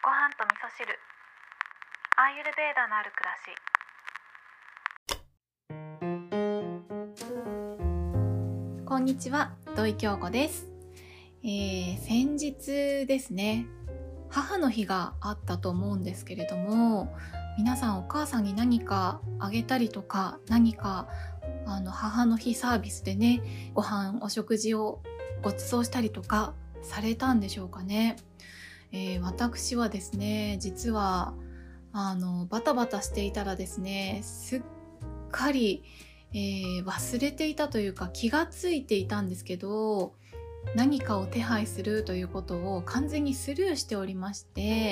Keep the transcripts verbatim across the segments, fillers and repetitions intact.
ご飯と味噌汁、アーユルベーダのある暮らし。こんにちは、土井京子です。えー、先日ですね、母の日があったと思うんですけれども、皆さんお母さんに何かあげたりとか、何かあの母の日サービスでね、ご飯お食事をご馳走したりとかされたんでしょうかね。えー、私はですね、実はあのバタバタしていたらですね、すっかり、えー、忘れていたというか気がついていたんですけど、何かを手配するということを完全にスルーしておりまして、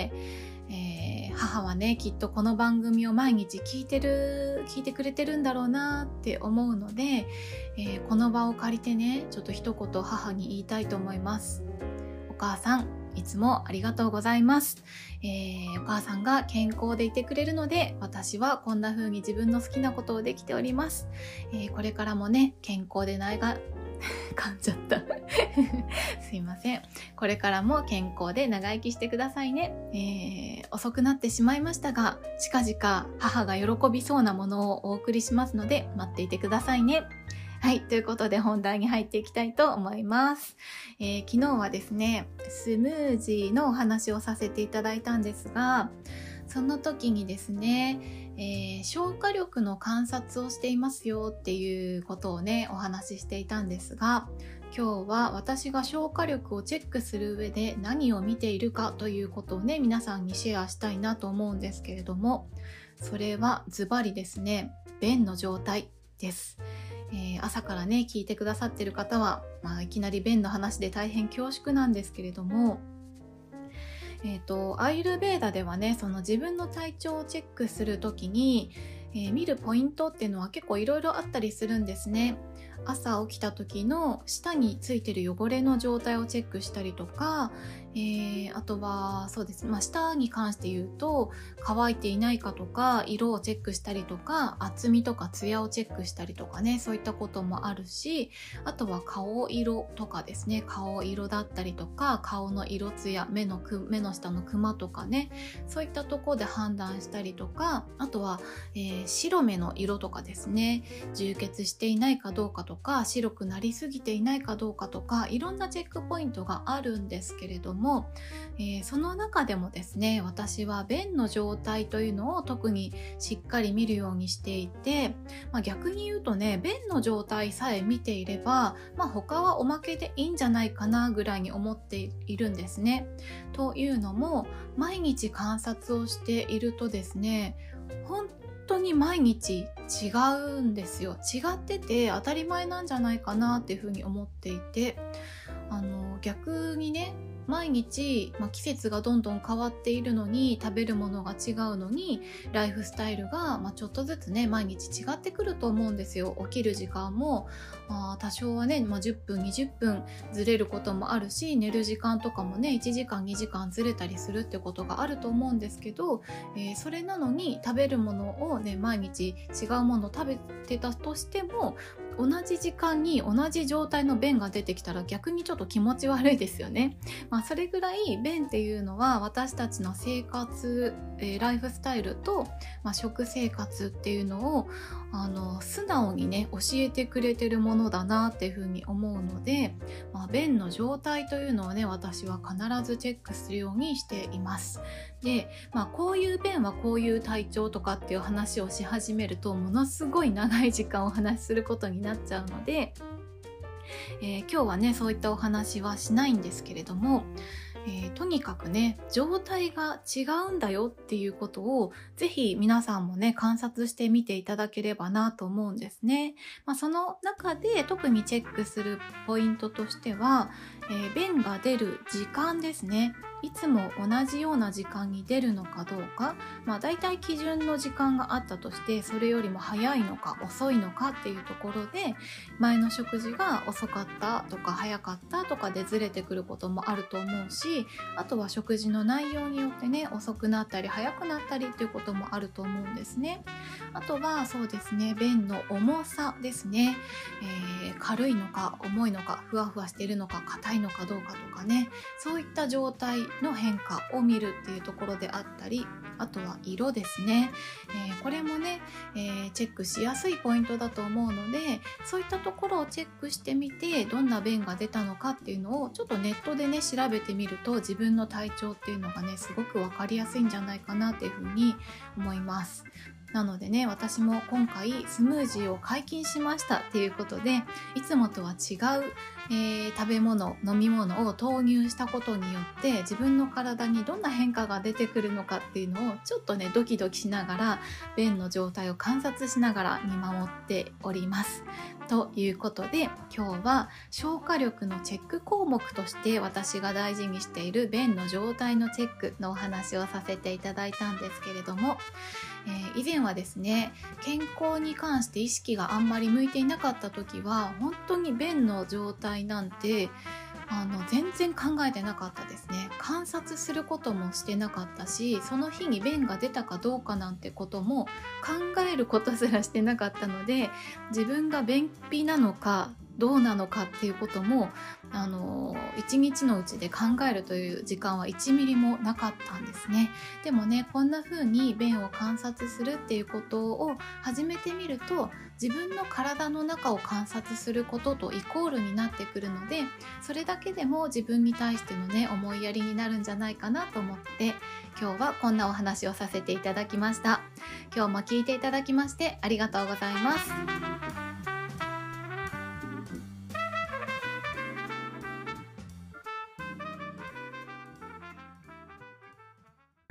えー、母はね、きっとこの番組を毎日聞いてる聞いてくれてるんだろうなって思うので、えー、この場を借りてね、ちょっと一言母に言いたいと思います。お母さん、いつもありがとうございます。えー、お母さんが健康でいてくれるので、私はこんな風に自分の好きなことをできております。えー、これからもね、健康でないが噛んじゃったすいません。これからも健康で長生きしてくださいね。えー、遅くなってしまいましたが、近々母が喜びそうなものをお送りしますので、待っていてくださいね。はい、ということで本題に入っていきたいと思います。えー、昨日はですね、スムージーのお話をさせていただいたんですが、その時にですね、えー、消化力の観察をしていますよっていうことをね、お話ししていたんですが、今日は私が消化力をチェックする上で何を見ているかということをね、皆さんにシェアしたいなと思うんですけれども、それはズバリですね、便の状態です。えー、朝からね、聞いてくださっている方は、まあ、いきなり便の話で大変恐縮なんですけれども、えーと、アーユルベーダではね、その自分の体調をチェックするときに、えー、見るポイントっていうのは結構いろいろあったりするんですね。朝起きた時の舌についてる汚れの状態をチェックしたりとか、えー、あとはそうですね、まあ、舌に関して言うと乾いていないかとか、色をチェックしたりとか、厚みとかツヤをチェックしたりとかね、そういったこともあるし、あとは顔色とかですね、顔色だったりとか、顔の色ツヤ、目のく目の下のクマとかね、そういったところで判断したりとか、あとは、えー、白目の色とかですね、充血していないかどうかとか、白くなりすぎていないかどうかとか、いろんなチェックポイントがあるんですけれども、えー、その中でもですね、私は便の状態というのを特にしっかり見るようにしていて、まあ、逆に言うとね、便の状態さえ見ていれば、まあ、他はおまけでいいんじゃないかなぐらいに思っているんですね。というのも、毎日観察をしているとですね、本当に毎日違うんですよ。違ってて当たり前なんじゃないかなっていうふうに思っていて、あの逆にね、毎日、まあ、季節がどんどん変わっているのに、食べるものが違うのに、ライフスタイルが、まあ、ちょっとずつね、毎日違ってくると思うんですよ。起きる時間も、まあ、多少はね、まあ、じゅっぷんにじゅっぷんずれることもあるし、寝る時間とかもね、いちじかんにじかんずれたりするってことがあると思うんですけど、えー、それなのに食べるものをね、毎日違うものを食べてたとしても、同じ時間に同じ状態の便が出てきたら逆にちょっと気持ち悪いですよね。まあ、それぐらい便っていうのは私たちの生活、えー、ライフスタイルと、まあ、食生活っていうのをあの素直にね教えてくれてるものだなっていうふうに思うので、まあ、便の状態というのをね、私は必ずチェックするようにしています。で、まあ、こういう便はこういう体調とかっていう話をし始めると、ものすごい長い時間お話しすることになっちゃうので、えー、今日はねそういったお話はしないんですけれども、えー、とにかくね、状態が違うんだよっていうことをぜひ皆さんもね観察してみていただければなと思うんですね。まあ、その中で特にチェックするポイントとしては、えー、便が出る時間ですね。いつも同じような時間に出るのかどうか、まあ、だいたい基準の時間があったとして、それよりも早いのか遅いのかっていうところで、前の食事が遅かったとか早かったとかでずれてくることもあると思うし、あとは食事の内容によってね、遅くなったり早くなったりっていうこともあると思うんですね。あとはそうですね、便の重さですね、えー、軽いのか重いのか、ふわふわしているのか硬いのかどうかとかね、そういった状態の変化を見るっていうところであったり、あとは色ですね、えー、これもね、えー、チェックしやすいポイントだと思うので、そういったところをチェックしてみて、どんな便が出たのかっていうのをちょっとネットでね調べてみると、自分の体調っていうのがねすごく分かりやすいんじゃないかなっていうふうに思います。なのでね、私も今回スムージーを解禁しましたっていうことで、いつもとは違う、えー、食べ物飲み物を投入したことによって、自分の体にどんな変化が出てくるのかっていうのをちょっとねドキドキしながら、便の状態を観察しながら見守っております。ということで、今日は消化力のチェック項目として私が大事にしている便の状態のチェックのお話をさせていただいたんですけれども、えー、以前はですね、健康に関して意識があんまり向いていなかった時は、本当に便の状態なんてあの全然考えてなかったですね。観察することもしてなかったし、その日に便が出たかどうかなんてことも考えることすらしてなかったので、自分が便秘なのかどうなのかっていうこともあの一日のうちで考えるという時間はいちミリもなかったんですね。でもね、こんな風に便を観察するっていうことを始めてみると、自分の体の中を観察することとイコールになってくるので、それだけでも自分に対してのね思いやりになるんじゃないかなと思って、今日はこんなお話をさせていただきました。今日も聞いていただきましてありがとうございます。